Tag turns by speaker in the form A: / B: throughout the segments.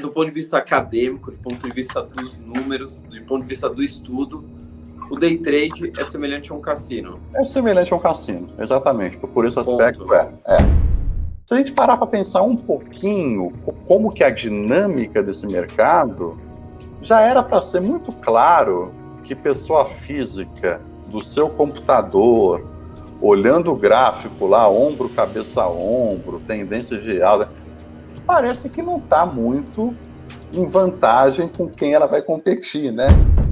A: do ponto de vista acadêmico, do ponto de vista dos números, do ponto de vista do estudo, o day trade é semelhante a um cassino.
B: É semelhante a um cassino, exatamente. Por esse aspecto Se a gente parar para pensar um pouquinho como que a dinâmica desse mercado, já era para ser muito claro que pessoa física do seu computador, olhando o gráfico lá, ombro, cabeça a ombro, tendência de alta, parece que não está muito em vantagem com quem ela vai competir, né?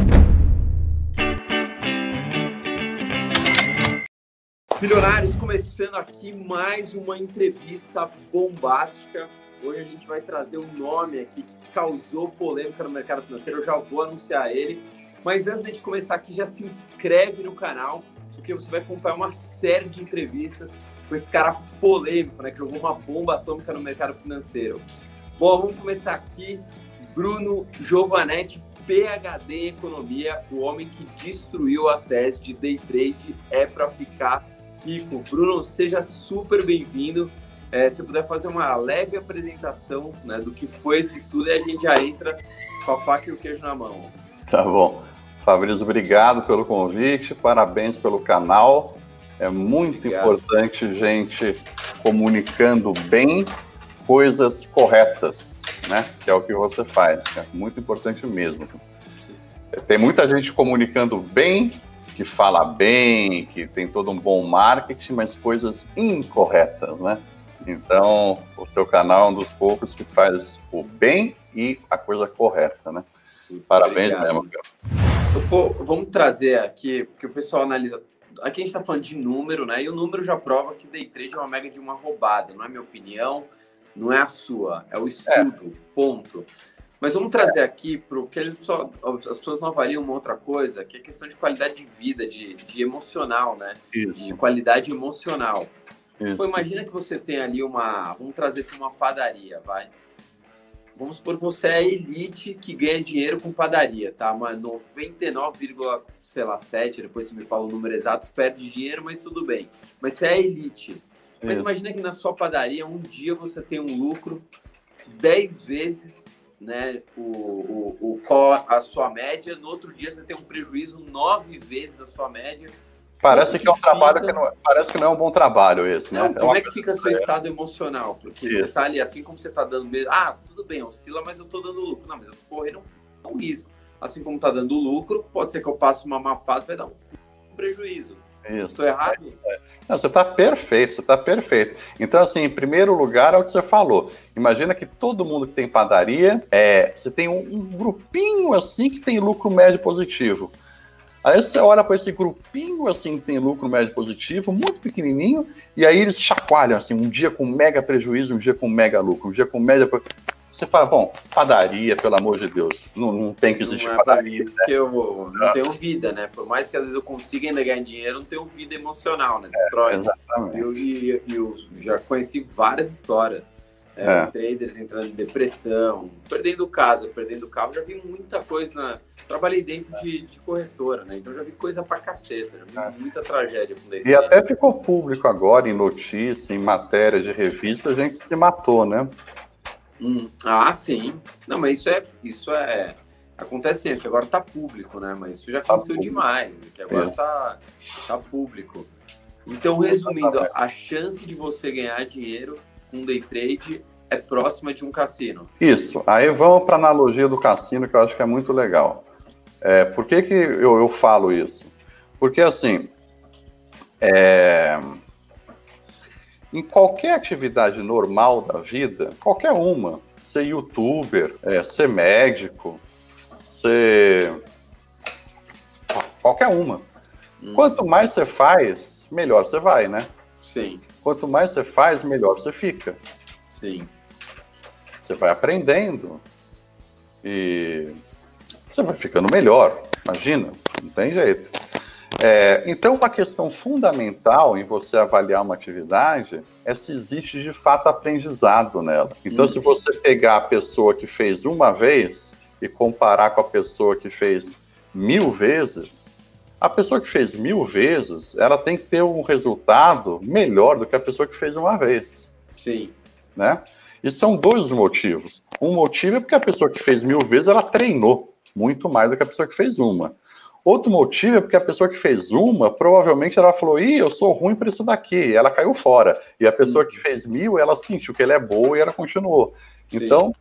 A: Milionários, começando aqui mais uma entrevista bombástica. Hoje a gente vai trazer um nome aqui que causou polêmica no mercado financeiro. Eu já vou anunciar ele. Mas antes de a gente começar aqui, já se inscreve no canal, porque você vai acompanhar uma série de entrevistas com esse cara polêmico, né, que jogou uma bomba atômica no mercado financeiro. Bom, vamos começar aqui. Bruno Giovanetti, PhD em Economia, o homem que destruiu a tese de day trade é para ficar rico. Bruno, seja super bem-vindo. Se puder fazer uma leve apresentação, né, do que foi esse estudo, e a gente já entra com a faca e o queijo na mão.
B: Tá bom. Fabrício, obrigado pelo convite, parabéns pelo canal. É muito importante gente comunicando bem coisas corretas, né? Que é o que você faz. É muito importante mesmo. Tem muita gente comunicando bem, que fala bem, que tem todo um bom marketing, mas coisas incorretas, né? Então, o seu canal é um dos poucos que faz o bem e a coisa correta, né? Parabéns mesmo, cara.
A: Vamos trazer aqui, porque o pessoal analisa. Aqui a gente está falando de número, né? E o número já prova que day trade é uma mega de uma roubada. Não é minha opinião, não é a sua, é o estudo, ponto. Mas vamos trazer aqui, porque as pessoas não avaliam uma outra coisa, que é a questão de qualidade de vida, de emocional, né?
B: Isso.
A: De qualidade emocional.
B: Isso.
A: Então, imagina que você tem ali vamos trazer para uma padaria, vai. Vamos supor que você é a elite que ganha dinheiro com padaria, tá? Mas 99,7, depois você me fala o número exato, perde dinheiro, mas tudo bem. Mas você é a elite. Mas imagina que na sua padaria, um dia você tem um lucro 10 vezes, né, a sua média, no outro dia você tem um prejuízo 9 vezes a sua média.
B: Parece que é um trabalho que não, parece que não é um bom trabalho esse,
A: não,
B: né?
A: Como é que fica seu estado emocional? Porque você tá ali, assim como você tá dando mesmo, tudo bem, oscila, mas eu tô dando lucro. Não, mas eu tô correndo um risco. Assim como tá dando lucro, pode ser que eu passe uma má fase, vai dar um prejuízo.
B: Isso.
A: Tô errado?
B: Não, você tá perfeito, Então, assim, em primeiro lugar é o que você falou. Imagina que todo mundo que tem padaria, você tem um grupinho assim que tem lucro médio positivo. Aí você olha para esse grupinho assim que tem lucro médio positivo, muito pequenininho, e aí eles chacoalham assim, um dia com mega prejuízo, um dia com mega lucro, um dia com média. Você fala, bom, padaria, pelo amor de Deus, não tem que existir padaria.
A: Porque eu não tenho vida, né? Por mais que às vezes eu consiga ainda ganhar dinheiro, eu não tenho vida emocional, né? Destrói.
B: Exatamente.
A: Eu já conheci várias histórias. Traders entrando em depressão, perdendo casa, perdendo carro. Já vi muita coisa trabalhei dentro de corretora, né? Então já vi coisa pra caceta, já vi muita tragédia com day trade.
B: E até ficou público agora em notícia, em matéria de revista, a gente se matou, né?
A: Sim. Não, mas isso acontece sempre, agora tá público, né? Mas isso já aconteceu demais, que agora tá público. Então, resumindo, a chance de você ganhar dinheiro com day trade é próxima de um cassino.
B: Isso. Aí vamos para a analogia do cassino, que eu acho que é muito legal. Por que eu falo isso? Porque, assim, em qualquer atividade normal da vida, qualquer uma, ser youtuber, ser médico, qualquer uma. Quanto mais você faz, melhor você vai, né?
A: Sim.
B: Quanto mais você faz, melhor você fica.
A: Sim.
B: Você vai aprendendo e você vai ficando melhor. Imagina, não tem jeito. Então, uma questão fundamental em você avaliar uma atividade é se existe de fato aprendizado nela. Então, se você pegar a pessoa que fez uma vez e comparar com a pessoa que fez 1000 vezes, a pessoa que fez 1000 vezes, ela tem que ter um resultado melhor do que a pessoa que fez uma vez.
A: Sim.
B: Né? E são dois motivos. Um motivo é porque a pessoa que fez 1000 vezes, ela treinou muito mais do que a pessoa que fez uma. Outro motivo é porque a pessoa que fez uma, provavelmente ela falou, eu sou ruim para isso daqui, e ela caiu fora. E a pessoa que fez 1000, ela sentiu que ela é boa e ela continuou. Sim. Então,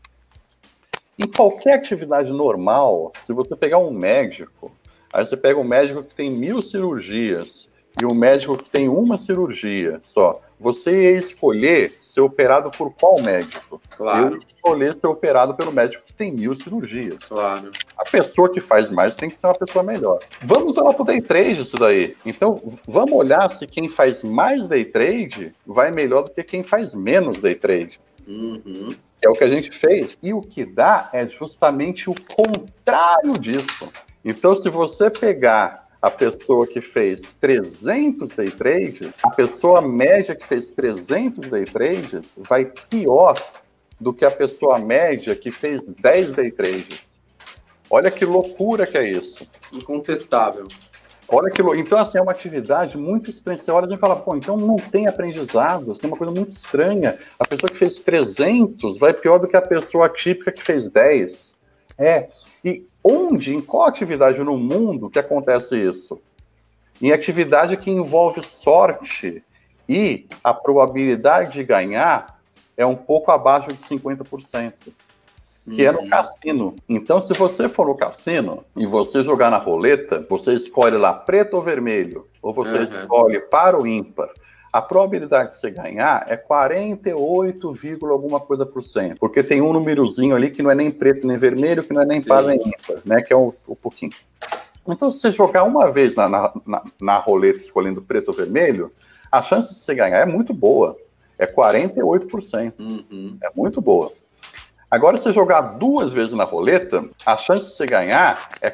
B: em qualquer atividade normal, se você pegar um médico, aí você pega um médico que tem 1000 cirurgias e um médico que tem uma cirurgia só, você ia escolher ser operado por qual médico?
A: Claro.
B: Eu ia escolher ser operado pelo médico que tem 1000 cirurgias.
A: Claro.
B: A pessoa que faz mais tem que ser uma pessoa melhor. Vamos olhar para o day trade isso daí. Então, vamos olhar se quem faz mais day trade vai melhor do que quem faz menos day trade.
A: Uhum.
B: É o que a gente fez. E o que dá é justamente o contrário disso. Então, se você pegar a pessoa que fez 300 day trades, a pessoa média que fez 300 day trades vai pior do que a pessoa média que fez 10 day trades. Olha que loucura que é isso.
A: Incontestável.
B: Olha que loucura. Então, assim, é uma atividade muito estranha. Você olha e fala, pô, então não tem aprendizado, tem uma coisa muito estranha. A pessoa que fez 300 vai pior do que a pessoa típica que fez 10. E onde, em qual atividade no mundo que acontece isso? Em atividade que envolve sorte e a probabilidade de ganhar é um pouco abaixo de 50%, que é no cassino. Então, se você for no cassino e você jogar na roleta, você escolhe lá preto ou vermelho, ou você escolhe par ou ímpar. A probabilidade de você ganhar é 48, alguma coisa por cento. Porque tem um númerozinho ali que não é nem preto nem vermelho, que não é nem par nem ímpar, né? Que é o pouquinho. Então, se você jogar uma vez na roleta escolhendo preto ou vermelho, a chance de você ganhar é muito boa. É 48%. É muito boa. Agora, se você jogar 2 vezes na roleta, a chance de você ganhar é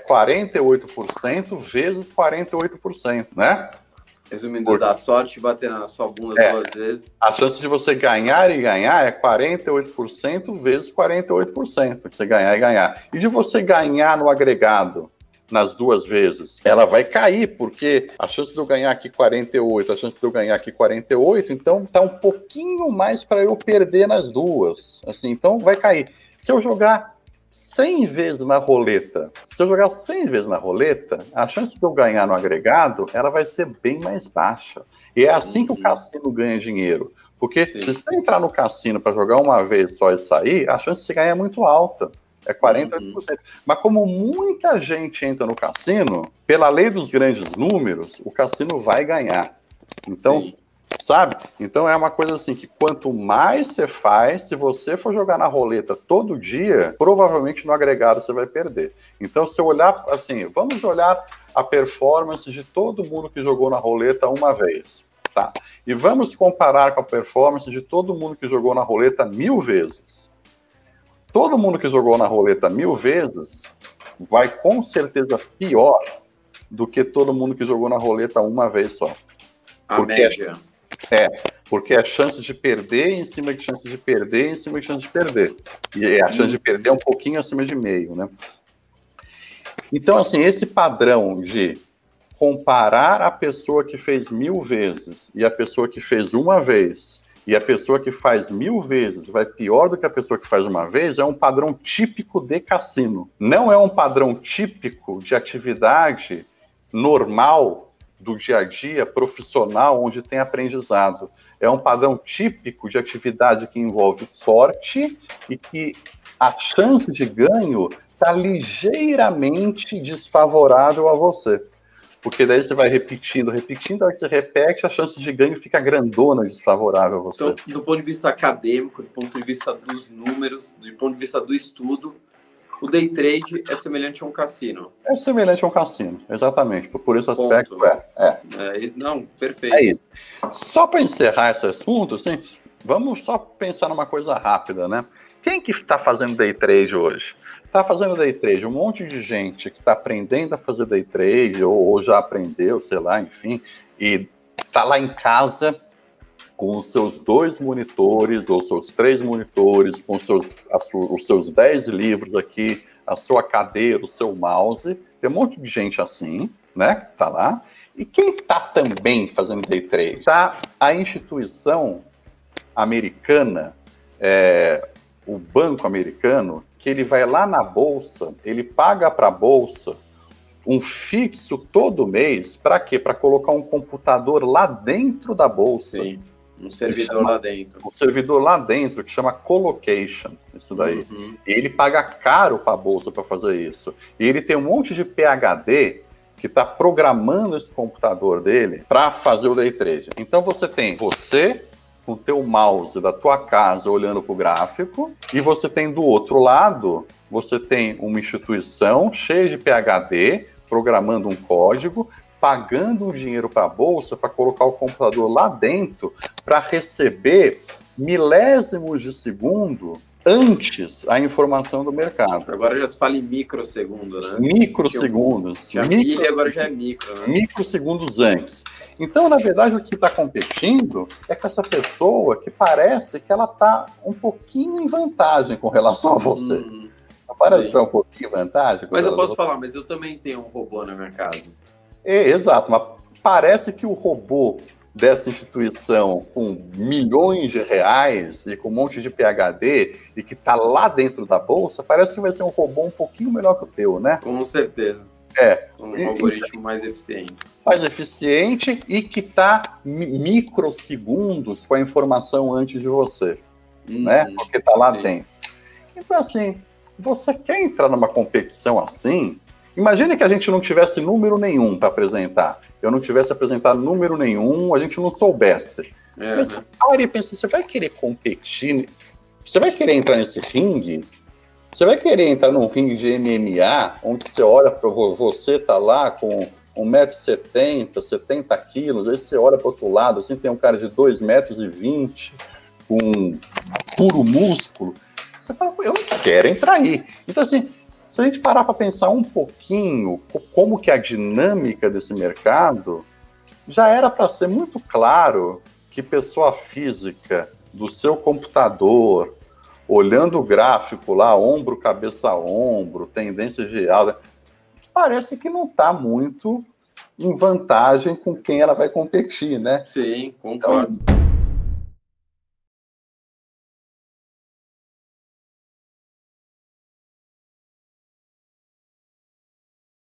B: 48% vezes 48%, né?
A: Resumindo, dar sorte e bater na sua bunda 2 vezes.
B: A chance de você ganhar e ganhar é 48% vezes 48%. De você ganhar e ganhar. E de você ganhar no agregado nas 2 vezes, ela vai cair, porque a chance de eu ganhar aqui 48, a chance de eu ganhar aqui 48, então tá um pouquinho mais para eu perder nas duas. Assim, então vai cair. Se eu jogar 100 vezes na roleta, a chance de eu ganhar no agregado, ela vai ser bem mais baixa. E é assim que o cassino ganha dinheiro. Porque se você entrar no cassino para jogar uma vez só e sair, a chance de você ganhar é muito alta. É 48%. Mas como muita gente entra no cassino, pela lei dos grandes números, o cassino vai ganhar. Então, sabe? Então é uma coisa assim que quanto mais você faz, se você for jogar na roleta todo dia, provavelmente no agregado você vai perder. Então, se eu olhar assim, vamos olhar a performance de todo mundo que jogou na roleta uma vez. Tá? E vamos comparar com a performance de todo mundo que jogou na roleta 1000 vezes. Todo mundo que jogou na roleta 1000 vezes vai com certeza pior do que todo mundo que jogou na roleta uma vez só.
A: A média.
B: Porque é chance de perder em cima de chance de perder em cima de chance de perder. E a chance de perder é um pouquinho acima de meio, né? Então, assim, esse padrão de comparar a pessoa que fez 1000 vezes e a pessoa que fez uma vez, e a pessoa que faz 1000 vezes vai pior do que a pessoa que faz uma vez, é um padrão típico de cassino. Não é um padrão típico de atividade normal do dia a dia, profissional, onde tem aprendizado. É um padrão típico de atividade que envolve sorte e que a chance de ganho está ligeiramente desfavorável a você. Porque daí você vai repetindo, a hora que você repete, a chance de ganho fica grandona, desfavorável a você.
A: Então, do ponto de vista acadêmico, do ponto de vista dos números, do ponto de vista do estudo, o day trade é semelhante a um cassino.
B: É semelhante a um cassino, exatamente. Por esse aspecto,
A: Não, perfeito.
B: É isso. Só para encerrar esse assunto, assim, vamos só pensar numa coisa rápida, né? Quem que está fazendo day trade hoje? Está fazendo day trade um monte de gente que está aprendendo a fazer day trade, ou já aprendeu, sei lá, enfim, e está lá em casa com os seus 2 monitores, ou seus 3 monitores, com os seus 10 livros aqui, a sua cadeira, o seu mouse. Tem um monte de gente assim, né, que está lá. E quem está também fazendo day trade? Está a instituição americana o banco americano, que ele vai lá na bolsa, ele paga para a bolsa um fixo todo mês, para quê? Para colocar um computador lá dentro da bolsa.
A: Sim, um servidor lá dentro.
B: Um servidor lá dentro, que chama colocation, isso daí. E ele paga caro para a bolsa para fazer isso. E ele tem um monte de PhD que está programando esse computador dele para fazer o day trade. Então você tem você com o teu mouse da tua casa olhando para o gráfico, e você tem do outro lado, você tem uma instituição cheia de PhD, programando um código, pagando um dinheiro para a bolsa para colocar o computador lá dentro para receber milésimos de segundo antes a informação do mercado.
A: Agora já se fala em microsegundo, né?
B: Microsegundos.
A: Milha agora já é micro, né?
B: Microsegundos antes. Então, na verdade, o que está competindo é com essa pessoa que parece que ela está um pouquinho em vantagem com relação a você. Parece estar um pouquinho em vantagem.
A: Mas eu posso falar, mas eu também tenho um robô na minha casa.
B: Exato, mas parece que o robô dessa instituição com milhões de reais e com um monte de PhD e que está lá dentro da bolsa, parece que vai ser um robô um pouquinho melhor que o teu, né?
A: Com certeza. Um algoritmo mais eficiente.
B: Mais eficiente e que está microsegundos com a informação antes de você, né? Porque está lá dentro. Então, assim, você quer entrar numa competição assim? Imagine que a gente não tivesse número nenhum para apresentar. Eu não tivesse apresentado número nenhum, a gente não soubesse. Mas pare e pense, você vai querer competir? Você vai querer entrar nesse ringue? Você vai querer entrar num ringue de MMA, onde você olha para você, tá lá com 1,70 m, 70 quilos, aí você olha para o outro lado, assim, tem um cara de 2,20 m, com puro músculo. Você fala, eu não quero entrar aí. Então, assim, se a gente parar para pensar um pouquinho como que a dinâmica desse mercado, já era para ser muito claro que pessoa física do seu computador, olhando o gráfico lá, ombro, cabeça, ombro, tendência de alta, parece que não está muito em vantagem com quem ela vai competir, né?
A: Sim, concordo.
B: Então,